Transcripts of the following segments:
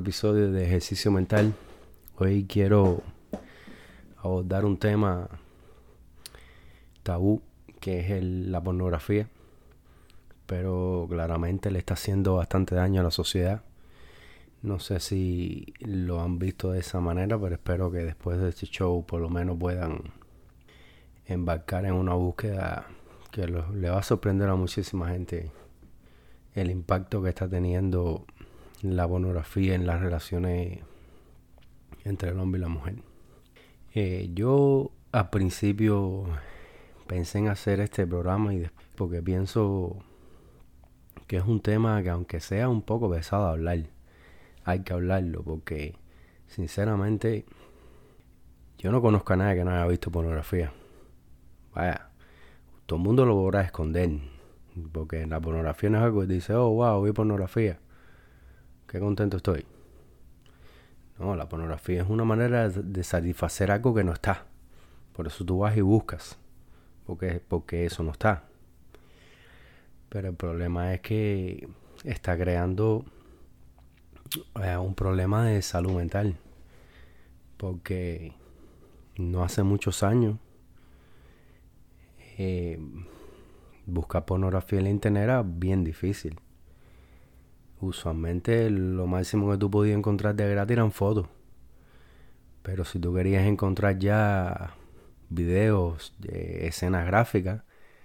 episodio de Ejercicio Mental. Hoy quiero abordar un tema tabú, que es la pornografía, pero claramente le está haciendo bastante daño a la sociedad. No sé si lo han visto de esa manera, pero espero que después de este show por lo menos puedan embarcar en una búsqueda que le va a sorprender a muchísima gente el impacto que está teniendo la pornografía en las relaciones entre el hombre y la mujer. Yo al principio pensé en hacer este programa porque pienso que es un tema que, aunque sea un poco pesado de hablar, hay que hablarlo, porque sinceramente yo no conozco a nadie que no haya visto pornografía. Vaya, todo el mundo lo podrá esconder, porque la pornografía no es algo que dice, oh wow, vi pornografía, qué contento estoy. No, la pornografía es una manera de satisfacer algo que no está. Por eso tú vas y buscas, porque eso no está. Pero el problema es que está creando un problema de salud mental, porque no hace muchos años buscar pornografía en la internet era bien difícil. Usualmente lo máximo que tú podías encontrar de gratis eran fotos, pero si tú querías encontrar ya videos de escenas gráficas,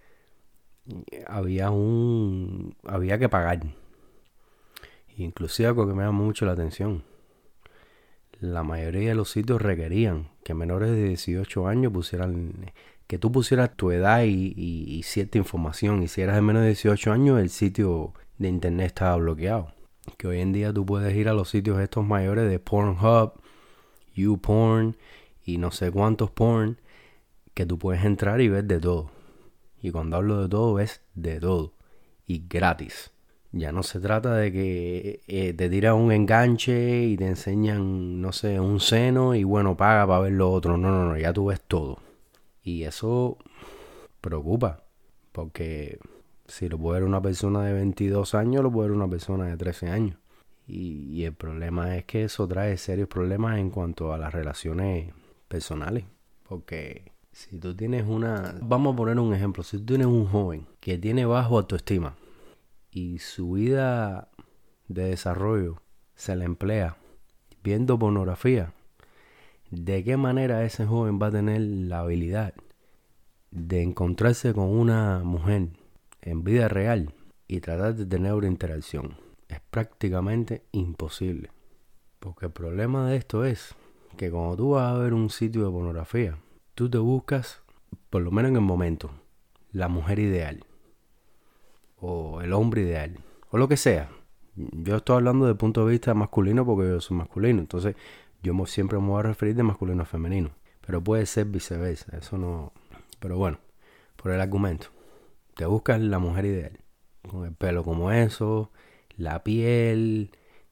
había que pagar. Inclusive algo que me llama mucho la atención: la mayoría de los sitios requerían que menores de 18 años que tú pusieras tu edad y cierta información, y si eras de menos de 18 años el sitio de internet estaba bloqueado. Que hoy en día tú puedes ir a los sitios estos mayores de Pornhub, YouPorn y no sé cuántos porn, que tú puedes entrar y ver de todo. Y cuando hablo de todo, ves de todo. Y gratis. Ya no se trata de que te tiran un enganche y te enseñan, no sé, un seno y bueno, paga para ver lo otro. No, ya tú ves todo. Y eso preocupa, porque si lo puede ver una persona de 22 años, lo puede ver una persona de 13 años. Y el problema es que eso trae serios problemas en cuanto a las relaciones personales. Porque si tú tienes vamos a poner un ejemplo, si tú tienes un joven que tiene bajo autoestima y su vida de desarrollo se le emplea viendo pornografía, ¿de qué manera ese joven va a tener la habilidad de encontrarse con una mujer en vida real y tratar de tener una interacción? Es prácticamente imposible. Porque el problema de esto es que cuando tú vas a ver un sitio de pornografía, tú te buscas, por lo menos en el momento, la mujer ideal, o el hombre ideal, o lo que sea. Yo estoy hablando desde el punto de vista masculino porque yo soy masculino, entonces siempre me voy a referir de masculino a femenino, pero puede ser viceversa, eso no. Pero bueno, por el argumento, te buscas la mujer ideal, con el pelo como eso, la piel,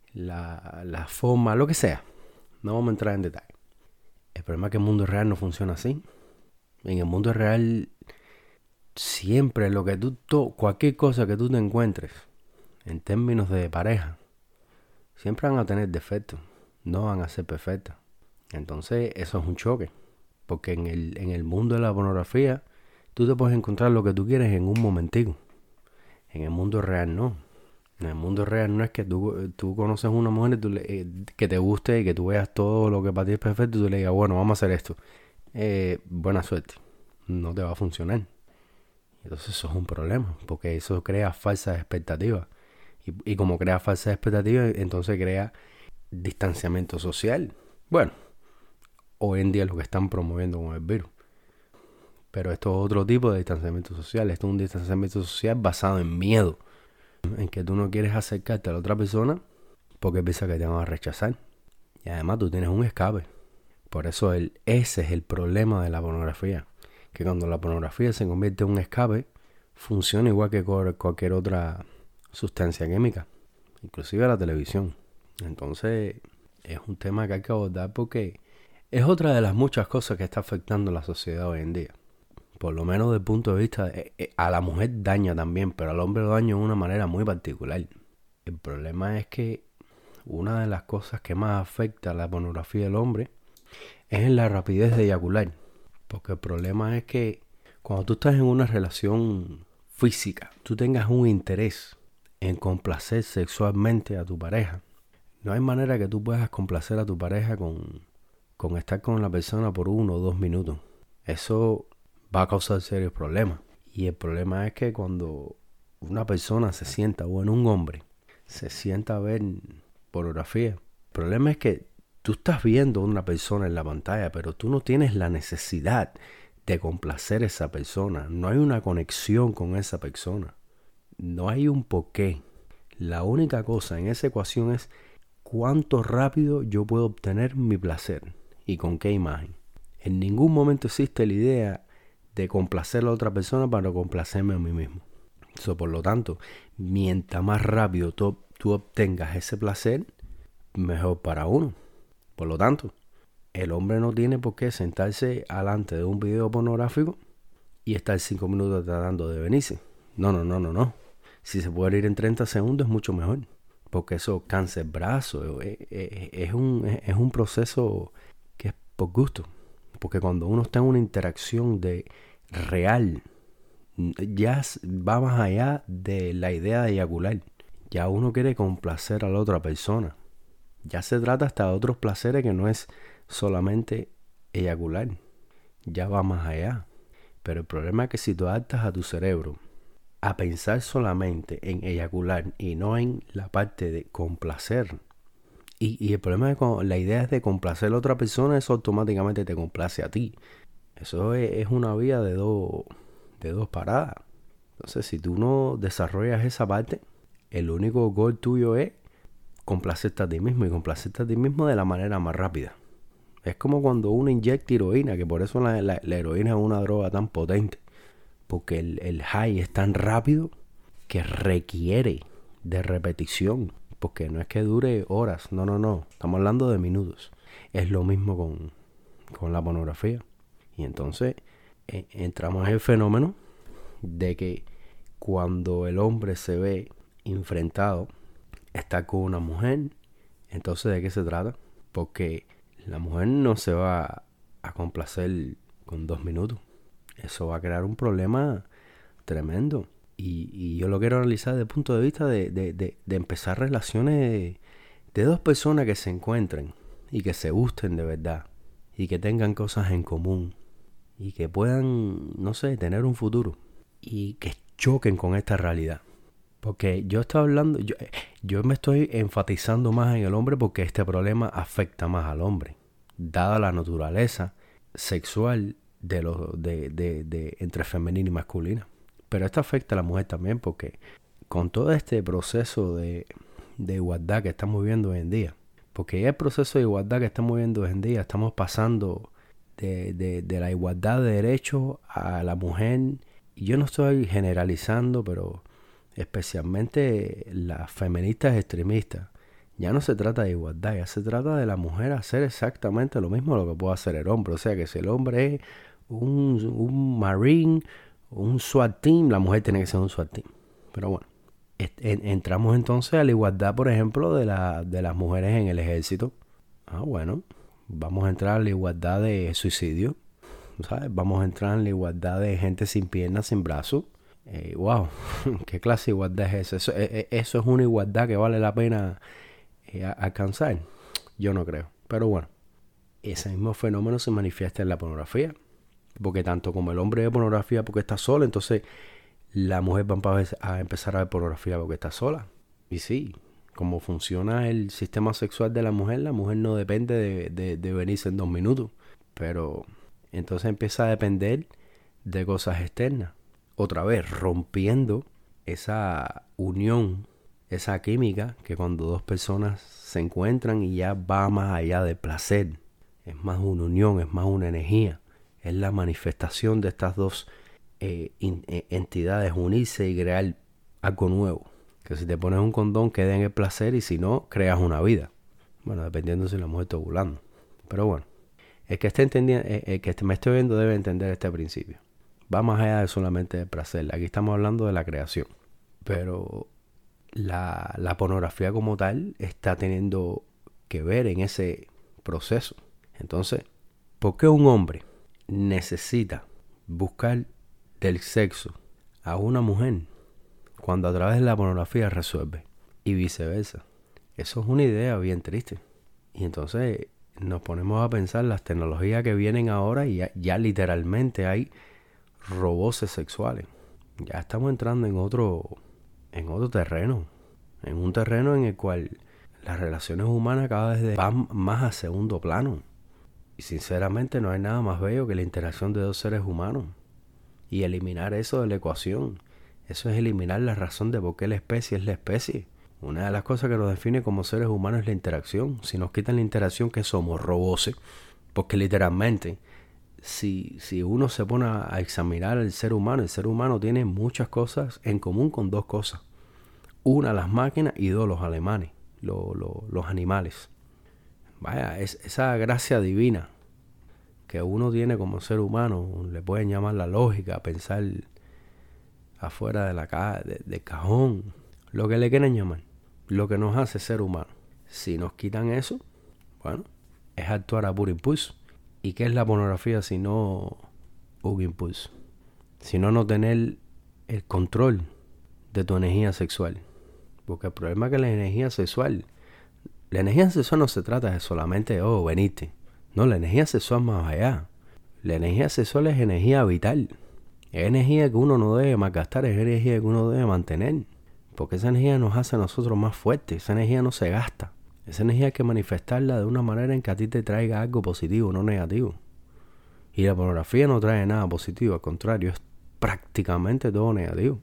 la forma, lo que sea. No vamos a entrar en detalle. El problema es que el mundo real no funciona así. En el mundo real, siempre cualquier cosa que tú te encuentres en términos de pareja, siempre van a tener defectos, no van a ser perfectas. Entonces eso es un choque, porque en el mundo de la pornografía tú te puedes encontrar lo que tú quieres en un momentico. En el mundo real no. En el mundo real no es que tú conoces una mujer que te guste y que tú veas todo lo que para ti es perfecto y tú le digas, bueno, vamos a hacer esto. Buena suerte. No te va a funcionar. Entonces eso es un problema, porque eso crea falsas expectativas. Y como crea falsas expectativas, entonces crea distanciamiento social. Bueno, hoy en día es lo que están promoviendo con el virus. Pero esto es otro tipo de distanciamiento social. Esto es un distanciamiento social basado en miedo, en que tú no quieres acercarte a la otra persona porque piensas que te van a rechazar. Y además tú tienes un escape. Por eso ese es el problema de la pornografía. Que cuando la pornografía se convierte en un escape, funciona igual que cualquier otra sustancia química, inclusive la televisión. Entonces es un tema que hay que abordar porque es otra de las muchas cosas que está afectando a la sociedad hoy en día. Por lo menos desde el punto de vista, a la mujer daña también, pero al hombre lo daña de una manera muy particular. El problema es que una de las cosas que más afecta a la pornografía del hombre es en la rapidez de eyacular. Porque el problema es que cuando tú estás en una relación física, tú tengas un interés en complacer sexualmente a tu pareja. No hay manera que tú puedas complacer a tu pareja con estar con la persona por 1 o 2 minutos. Eso va a causar serios problemas. Y el problema es que cuando una persona se sienta, o en un hombre, se sienta a ver pornografía, el problema es que tú estás viendo a una persona en la pantalla, pero tú no tienes la necesidad de complacer a esa persona. No hay una conexión con esa persona. No hay un porqué. La única cosa en esa ecuación es cuánto rápido yo puedo obtener mi placer y con qué imagen. En ningún momento existe la idea de complacer a la otra persona para complacerme a mí mismo. Por lo tanto, mientras más rápido tú obtengas ese placer, mejor para uno. Por lo tanto, el hombre no tiene por qué sentarse alante de un video pornográfico y estar 5 minutos tratando de venirse. No. Si se puede ir en 30 segundos es mucho mejor. Porque eso cansa el brazo. Es un proceso que es por gusto. Porque cuando uno está en una interacción real, ya va más allá de la idea de eyacular. Ya uno quiere complacer a la otra persona. Ya se trata hasta de otros placeres que no es solamente eyacular. Ya va más allá. Pero el problema es que si tú adaptas a tu cerebro a pensar solamente en eyacular y no en la parte de complacer. Y el problema es que la idea es de complacer a la otra persona, eso automáticamente te complace a ti. Eso es una vía de dos paradas. Entonces, si tú no desarrollas esa parte, el único gol tuyo es complacerte a ti mismo y complacerte a ti mismo de la manera más rápida. Es como cuando uno inyecta heroína, que por eso la heroína es una droga tan potente. Porque el high es tan rápido que requiere de repetición. Porque no es que dure horas, no. Estamos hablando de minutos. Es lo mismo con la pornografía. Y entonces entramos en el fenómeno de que cuando el hombre se ve enfrentado, está con una mujer, entonces ¿de qué se trata? Porque la mujer no se va a complacer con 2 minutos. Eso va a crear un problema tremendo. Y yo lo quiero analizar desde el punto de vista de empezar relaciones de dos personas que se encuentren y que se gusten de verdad y que tengan cosas en común y que puedan, no sé, tener un futuro y que choquen con esta realidad. Porque yo estoy hablando, yo me estoy enfatizando más en el hombre porque este problema afecta más al hombre, dada la naturaleza sexual entre femenina y masculina. Pero esto afecta a la mujer también porque con todo este proceso de igualdad que estamos viviendo hoy en día, porque ya el proceso de igualdad que estamos viviendo hoy en día, estamos pasando de la igualdad de derechos a la mujer, y yo no estoy generalizando, pero especialmente las feministas extremistas, ya no se trata de igualdad, ya se trata de la mujer hacer exactamente lo mismo lo que puede hacer el hombre. O sea que si el hombre es un marine, un SWAT team, la mujer tiene que ser un SWAT team. Pero bueno, entramos entonces a la igualdad, por ejemplo, de las mujeres en el ejército. Bueno, vamos a entrar a la igualdad de suicidio, ¿sabes? Vamos a entrar en la igualdad de gente sin piernas, sin brazos. Wow, ¿qué clase de igualdad es esa? Eso es una igualdad que vale la pena alcanzar. Yo no creo. Pero bueno, ese mismo fenómeno se manifiesta en la pornografía. Porque tanto como el hombre ve pornografía porque está sola, entonces la mujer va a empezar a ver pornografía porque está sola. Y sí, como funciona el sistema sexual de la mujer no depende de venirse en 2 minutos. Pero entonces empieza a depender de cosas externas. Otra vez, rompiendo esa unión, esa química que cuando dos personas se encuentran y ya va más allá del placer. Es más una unión, es más una energía. Es la manifestación de estas dos entidades unirse y crear algo nuevo. Que si te pones un condón queda en el placer y si no, creas una vida. Bueno, dependiendo si la mujer está ovulando. Pero bueno, el que esté entendiendo, el que me esté viendo debe entender este principio. Va más allá de solamente el placer. Aquí estamos hablando de la creación. Pero la pornografía como tal está teniendo que ver en ese proceso. Entonces, ¿por qué un hombre necesita buscar del sexo a una mujer cuando a través de la pornografía resuelve? Y viceversa. Eso es una idea bien triste. Y entonces nos ponemos a pensar las tecnologías que vienen ahora y ya literalmente hay robots sexuales. Ya estamos entrando en otro terreno. En un terreno en el cual las relaciones humanas cada vez van más a segundo plano. Y sinceramente no hay nada más bello que la interacción de dos seres humanos. Y eliminar eso de la ecuación. Eso es eliminar la razón de por qué la especie es la especie. Una de las cosas que nos define como seres humanos es la interacción. Si nos quitan la interacción, ¿qué somos? Robots. Porque literalmente, si uno se pone a examinar el ser humano tiene muchas cosas en común con dos cosas. Una, las máquinas, y dos, los alemanes, los animales. Vaya, esa gracia divina que uno tiene como ser humano, le pueden llamar la lógica, pensar afuera de la caja, del cajón, lo que le quieran llamar, lo que nos hace ser humanos. Si nos quitan eso, bueno, es actuar a puro impulso. ¿Y qué es la pornografía si no un impulso? Si no tener el control de tu energía sexual. Porque el problema es que la energía sexual no se trata de solamente, veniste. No, la energía sexual más allá. La energía sexual es energía vital. Es energía que uno no debe malgastar, es energía que uno debe mantener. Porque esa energía nos hace a nosotros más fuertes. Esa energía no se gasta. Esa energía hay que manifestarla de una manera en que a ti te traiga algo positivo, no negativo. Y la pornografía no trae nada positivo, al contrario, es prácticamente todo negativo.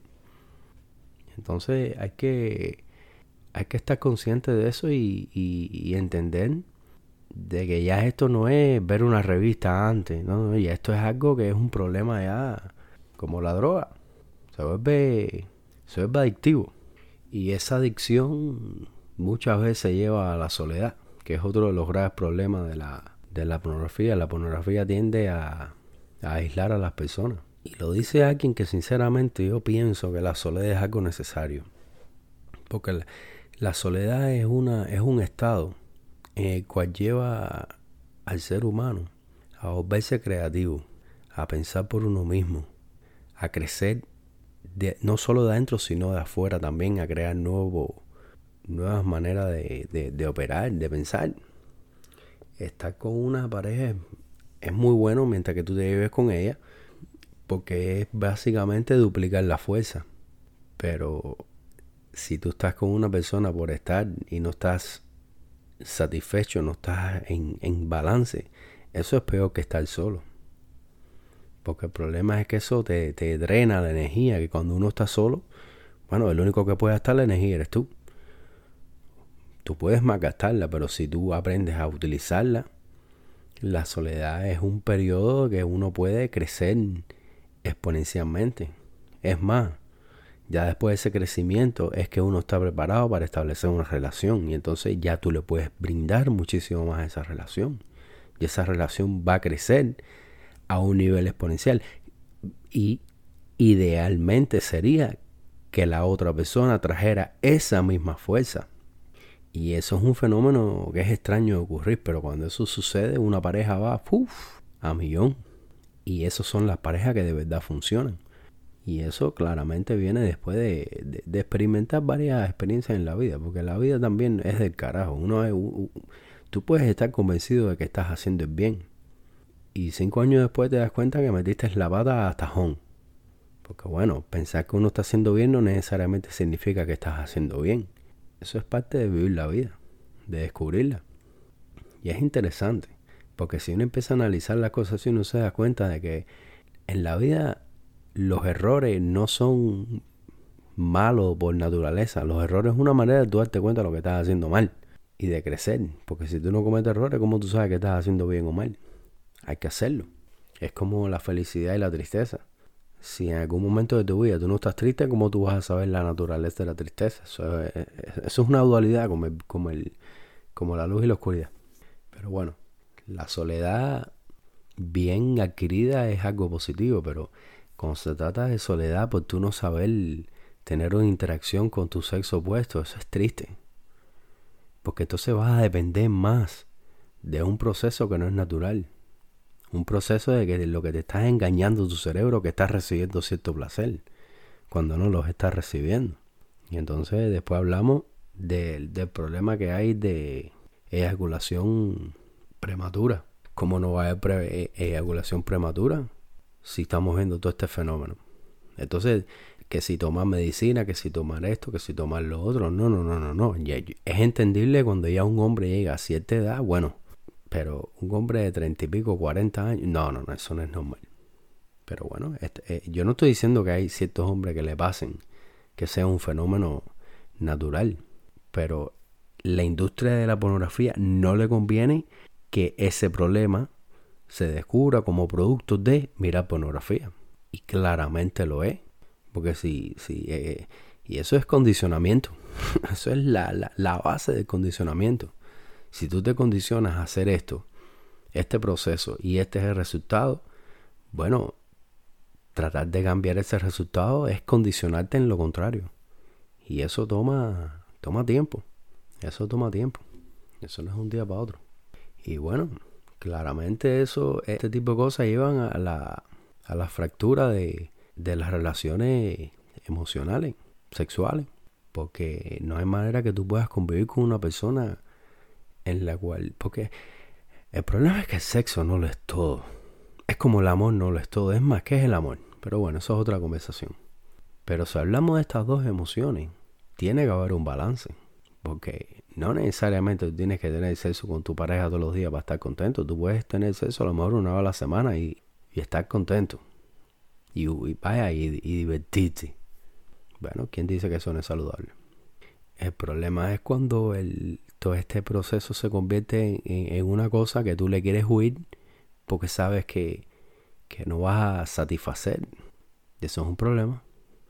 Entonces hay que estar consciente de eso y entender de que ya esto no es ver una revista antes, no, ya esto es algo que es un problema ya como la droga. Se vuelve adictivo. Y esa adicción muchas veces lleva a la soledad, que es otro de los graves problemas de la pornografía. La pornografía tiende a aislar a las personas. Y lo dice alguien que sinceramente yo pienso que la soledad es algo necesario. Porque la soledad es un estado en el cual lleva al ser humano a volverse creativo, a pensar por uno mismo, a crecer no solo de adentro sino de afuera también, a crear nuevas maneras de operar, de pensar. Estar con una pareja es muy bueno mientras que tú te lleves con ella, porque es básicamente duplicar la fuerza. Pero si tú estás con una persona por estar y no estás satisfecho, no estás en balance, eso es peor que estar solo. Porque el problema es que eso te drena la energía, que cuando uno está solo, bueno, el único que puede gastar la energía eres tú. Tú puedes malgastarla, pero si tú aprendes a utilizarla, la soledad es un periodo que uno puede crecer exponencialmente. Es más, ya después de ese crecimiento es que uno está preparado para establecer una relación, y entonces ya tú le puedes brindar muchísimo más a esa relación. Y esa relación va a crecer a un nivel exponencial. Y idealmente sería que la otra persona trajera esa misma fuerza. Y eso es un fenómeno que es extraño de ocurrir, pero cuando eso sucede, una pareja va a millón. Y esas son las parejas que de verdad funcionan. Y eso claramente viene después de experimentar varias experiencias en la vida, porque la vida también es del carajo. Tú puedes estar convencido de que estás haciendo el bien, y 5 años después te das cuenta que metiste la pata a tajón. Porque bueno, pensar que uno está haciendo bien no necesariamente significa que estás haciendo bien. Eso es parte de vivir la vida, de descubrirla. Y es interesante, porque si uno empieza a analizar las cosas, uno se da cuenta de que en la vida los errores no son malos por naturaleza. Los errores es una manera de tú darte cuenta de lo que estás haciendo mal y de crecer. Porque si tú no cometes errores, ¿cómo tú sabes que estás haciendo bien o mal? Hay que hacerlo. Es como la felicidad y la tristeza. Si en algún momento de tu vida tú no estás triste, ¿cómo tú vas a saber la naturaleza de la tristeza? Eso es una dualidad como la luz y la oscuridad. Pero bueno, la soledad bien adquirida es algo positivo, pero cuando se trata de soledad, pues tú no saber tener una interacción con tu sexo opuesto, eso es triste. Porque entonces vas a depender más de un proceso que no es natural. Un proceso de que lo que te estás engañando tu cerebro, que estás recibiendo cierto placer, cuando no los estás recibiendo. Y entonces después hablamos del problema que hay de eyaculación prematura. ¿Cómo no va a haber eyaculación prematura si estamos viendo todo este fenómeno? Entonces, que si tomar medicina, que si tomar esto, que si tomar lo otro. No. Es entendible cuando ya un hombre llega a cierta edad, bueno, pero un hombre de 30 y pico, 40 años, no, eso no es normal. Pero bueno, yo no estoy diciendo que hay ciertos hombres que le pasen, que sea un fenómeno natural, pero la industria de la pornografía no le conviene que ese problema se descubra como producto de mirar pornografía. Y claramente lo es. Porque y eso es condicionamiento. Eso es la base del condicionamiento. Si tú te condicionas a hacer esto, este proceso, y este es el resultado, bueno, tratar de cambiar ese resultado es condicionarte en lo contrario. Y eso toma tiempo. Eso toma tiempo. Eso no es un día para otro. Y bueno, claramente este tipo de cosas llevan a la fractura de las relaciones emocionales, sexuales. Porque no hay manera que tú puedas convivir con una persona en la cual... Porque el problema es que el sexo no lo es todo. Es como el amor no lo es todo. Es más, ¿qué es el amor? Pero bueno, eso es otra conversación. Pero si hablamos de estas dos emociones, tiene que haber un balance. Porque no necesariamente tú tienes que tener sexo con tu pareja todos los días para estar contento. Tú puedes tener sexo a lo mejor una vez a la semana y estar contento. Y vaya y divertirte. Bueno, ¿quién dice que eso no es saludable? El problema es cuando todo este proceso se convierte en una cosa que tú le quieres huir porque sabes que no vas a satisfacer. Eso es un problema.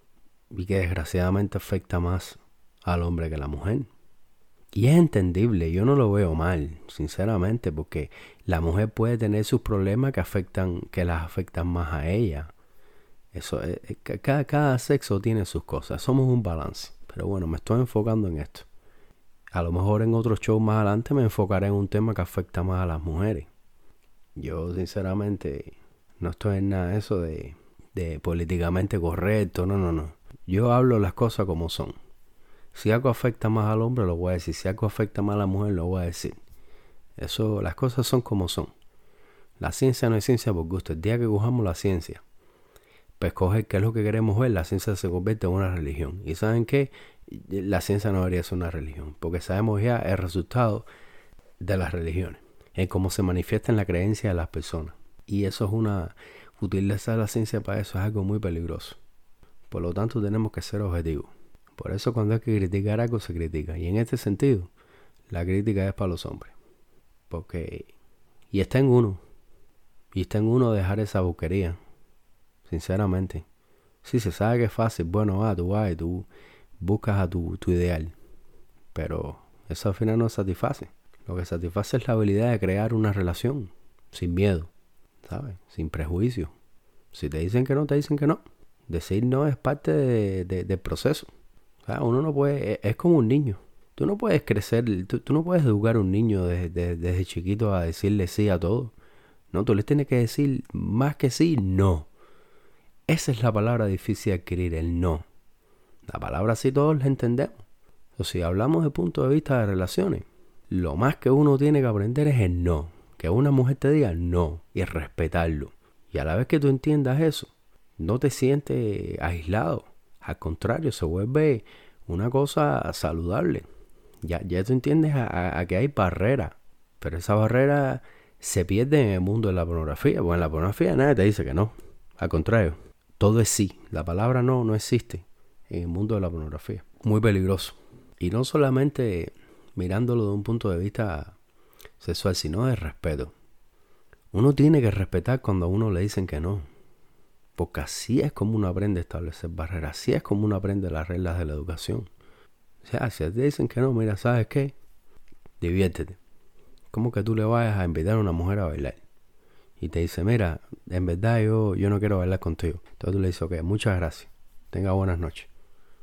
Y que desgraciadamente afecta más al hombre que a la mujer. Y es entendible, yo no lo veo mal, sinceramente, porque la mujer puede tener sus problemas que las afectan más a ella. Eso, cada sexo tiene sus cosas, somos un balance. Pero bueno, me estoy enfocando en esto. A lo mejor en otro show más adelante me enfocaré en un tema que afecta más a las mujeres. Yo sinceramente no estoy en nada de eso de políticamente correcto, no. Yo hablo las cosas como son. Si algo afecta más al hombre, lo voy a decir. Si algo afecta más a la mujer, lo voy a decir. Eso, las cosas son como son. La ciencia no es ciencia por gusto. El día que cojamos la ciencia, pues coger qué es lo que queremos ver, la ciencia se convierte en una religión. ¿Y saben qué? La ciencia no debería ser una religión, porque sabemos ya el resultado de las religiones, en cómo se manifiesta en la creencia de las personas. Y eso es utilizar la ciencia para eso es algo muy peligroso. Por lo tanto, tenemos que ser objetivos. Por eso cuando hay que criticar algo, se critica. Y en este sentido, la crítica es para los hombres. Y está en uno dejar esa boquería. Sinceramente. Si se sabe que es fácil, bueno, tú vas y tú buscas a tu ideal. Pero eso al final no satisface. Lo que satisface es la habilidad de crear una relación sin miedo, ¿sabes? Sin prejuicio. Si te dicen que no, te dicen que no. Decir no es parte del proceso. O sea, uno no puede... Es como un niño. Tú no puedes crecer... Tú no puedes educar a un niño desde chiquito a decirle sí a todo. No, tú le tienes que decir más que sí, no. Esa es la palabra difícil de adquirir, el no. La palabra sí todos la entendemos. O si hablamos de punto de vista de relaciones, lo más que uno tiene que aprender es el no. Que una mujer te diga no y respetarlo. Y a la vez que tú entiendas eso, no te sientes aislado. Al contrario, se vuelve una cosa saludable. Ya tú entiendes a que hay barreras. Pero esa barrera se pierde en el mundo de la pornografía. Porque en la pornografía nadie te dice que no. Al contrario, todo es sí. La palabra no existe en el mundo de la pornografía. Muy peligroso. Y no solamente mirándolo de un punto de vista sexual, sino de respeto. Uno tiene que respetar cuando a uno le dicen que no. Porque así es como uno aprende a establecer barreras. Así es como uno aprende las reglas de la educación. O sea, si te dicen que no, mira, ¿sabes qué? Diviértete. Como que tú le vayas a invitar a una mujer a bailar. Y te dice, mira, en verdad yo no quiero bailar contigo. Entonces tú le dices, ok, muchas gracias. Tenga buenas noches.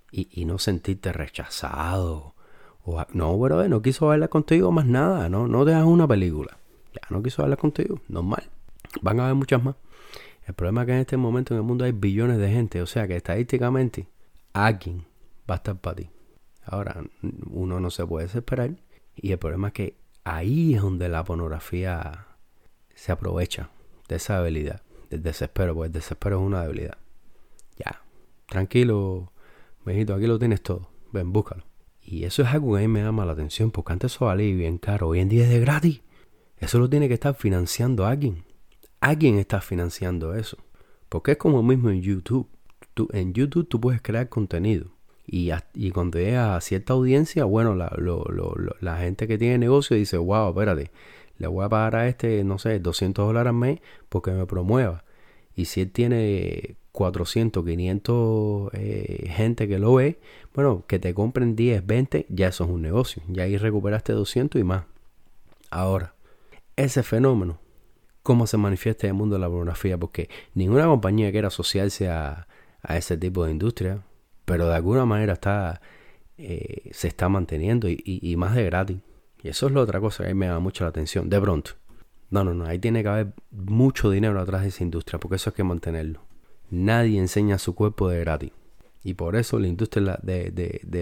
y no sentirte rechazado. No, brother, no quiso bailar contigo más nada. No te hagas una película. Ya no quiso bailar contigo. Normal. Van a haber muchas más. El problema es que en este momento en el mundo hay billones de gente. O sea que estadísticamente alguien va a estar para ti. Ahora, uno no se puede desesperar. Y el problema es que ahí es donde la pornografía se aprovecha de esa debilidad, del desespero, porque el desespero es una debilidad. Ya, tranquilo, viejito, aquí lo tienes todo. Ven, búscalo. Y eso es algo que a mí me llama la atención, porque antes eso valía bien caro. Hoy en día es de gratis. Eso lo tiene que estar financiando alguien. Alguien está financiando eso. Porque es como mismo en YouTube. En YouTube tú puedes crear contenido. Y cuando llega a cierta audiencia, bueno, la gente que tiene negocio dice, wow, espérate, le voy a pagar a este, no sé, $200 al mes porque me promueva. Y si él tiene 400, 500 gente que lo ve, bueno, que te compren 10, 20, ya eso es un negocio. Ya ahí recuperaste 200 y más. Ahora, ese fenómeno, ¿cómo se manifiesta en el mundo de la pornografía? Porque ninguna compañía quiere asociarse a ese tipo de industria, pero de alguna manera se está manteniendo y más de gratis. Y eso es la otra cosa que a mí me llama mucho la atención. De pronto, no, ahí tiene que haber mucho dinero atrás de esa industria, porque eso hay que mantenerlo. Nadie enseña su cuerpo de gratis. Y por eso la industria de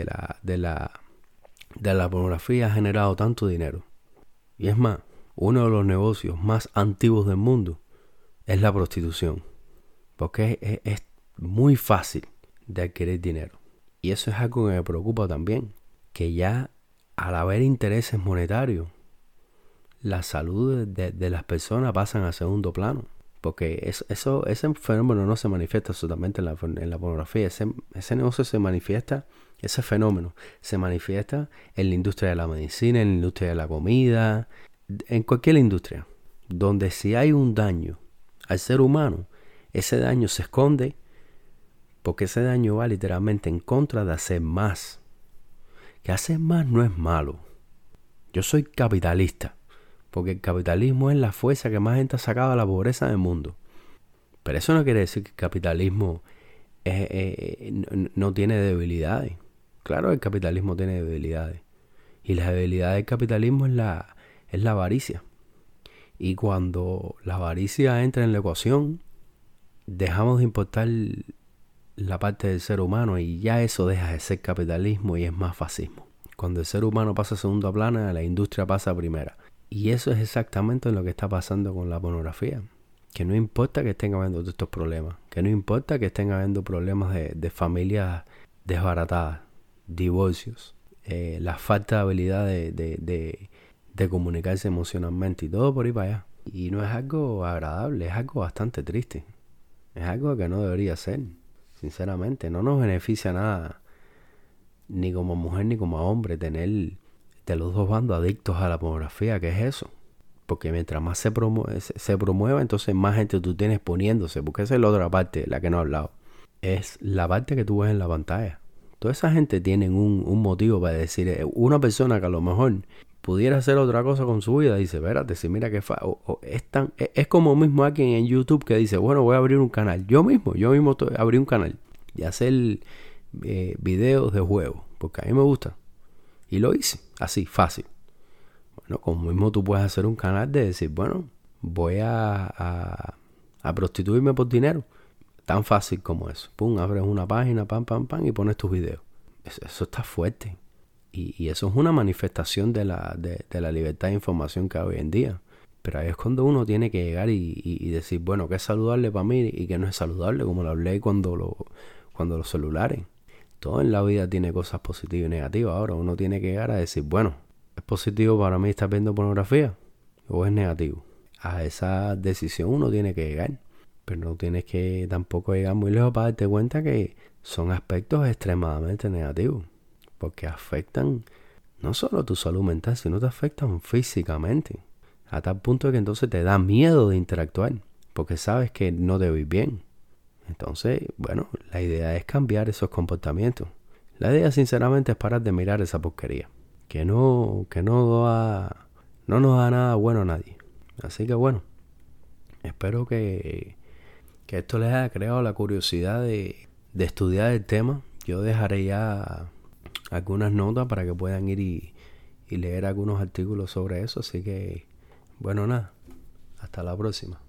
la pornografía ha generado tanto dinero. Y es más, uno de los negocios más antiguos del mundo es la prostitución. Porque es muy fácil de adquirir dinero. Y eso es algo que me preocupa también. Que ya al haber intereses monetarios, la salud de las personas pasan a segundo plano. Porque ese fenómeno no se manifiesta solamente en la pornografía. Ese negocio se manifiesta, ese fenómeno se manifiesta en la industria de la medicina, en la industria de la comida, en cualquier industria. Donde si hay un daño al ser humano, ese daño se esconde porque ese daño va literalmente en contra de hacer más. Que hacer más no es malo. Yo soy capitalista. Porque el capitalismo es la fuerza que más gente ha sacado de la pobreza del mundo. Pero eso no quiere decir que el capitalismo no tiene debilidades. Claro, el capitalismo tiene debilidades. Y la debilidad del capitalismo es la avaricia. Y cuando la avaricia entra en la ecuación, dejamos de importar la parte del ser humano y ya eso deja de ser capitalismo y es más fascismo. Cuando el ser humano pasa a segunda plana, la industria pasa a primera. Y eso es exactamente lo que está pasando con la pornografía. Que no importa que estén habiendo todos estos problemas. Que no importa que estén habiendo problemas de familias desbaratadas, divorcios, la falta de habilidad de comunicarse emocionalmente y todo por ahí para allá. Y no es algo agradable, es algo bastante triste. Es algo que no debería ser. Sinceramente, no nos beneficia nada, ni como mujer ni como hombre, tener de los dos bandos adictos a la pornografía. ¿Qué es eso? Porque mientras más se promueva, entonces más gente tú tienes poniéndose. Porque esa es la otra parte, la que no he hablado. Es la parte que tú ves en la pantalla. Toda esa gente tiene un motivo para decir. Una persona que a lo mejor pudiera hacer otra cosa con su vida, dice, espérate, si mira que es como mismo alguien en YouTube que dice, bueno, voy a abrir un canal. Yo mismo abrí un canal y hacer videos de juegos, porque a mí me gusta. Y lo hice, así, fácil. Bueno, como mismo tú puedes hacer un canal de decir, bueno, voy a prostituirme por dinero. Tan fácil como eso. Pum, abres una página, pam, y pones tus videos. Eso está fuerte. Y eso es una manifestación de la libertad de información que hay hoy en día. Pero ahí es cuando uno tiene que llegar y decir, bueno, qué es saludable para mí y qué no es saludable, como lo hablé cuando los celulares. Todo en la vida tiene cosas positivas y negativas. Ahora uno tiene que llegar a decir, bueno, ¿es positivo para mí estar viendo pornografía o es negativo? A esa decisión uno tiene que llegar. Pero no tienes que tampoco llegar muy lejos para darte cuenta que son aspectos extremadamente negativos. Porque afectan no solo tu salud mental, sino te afectan físicamente. A tal punto que entonces te da miedo de interactuar. Porque sabes que no te ves bien. Entonces, bueno, la idea es cambiar esos comportamientos. La idea, sinceramente, es parar de mirar esa porquería. Que no nos da nada bueno a nadie. Así que bueno, espero que esto les haya creado la curiosidad de estudiar el tema. yo dejaré ya algunas notas para que puedan ir y leer algunos artículos sobre eso. Así que, bueno, nada, hasta la próxima.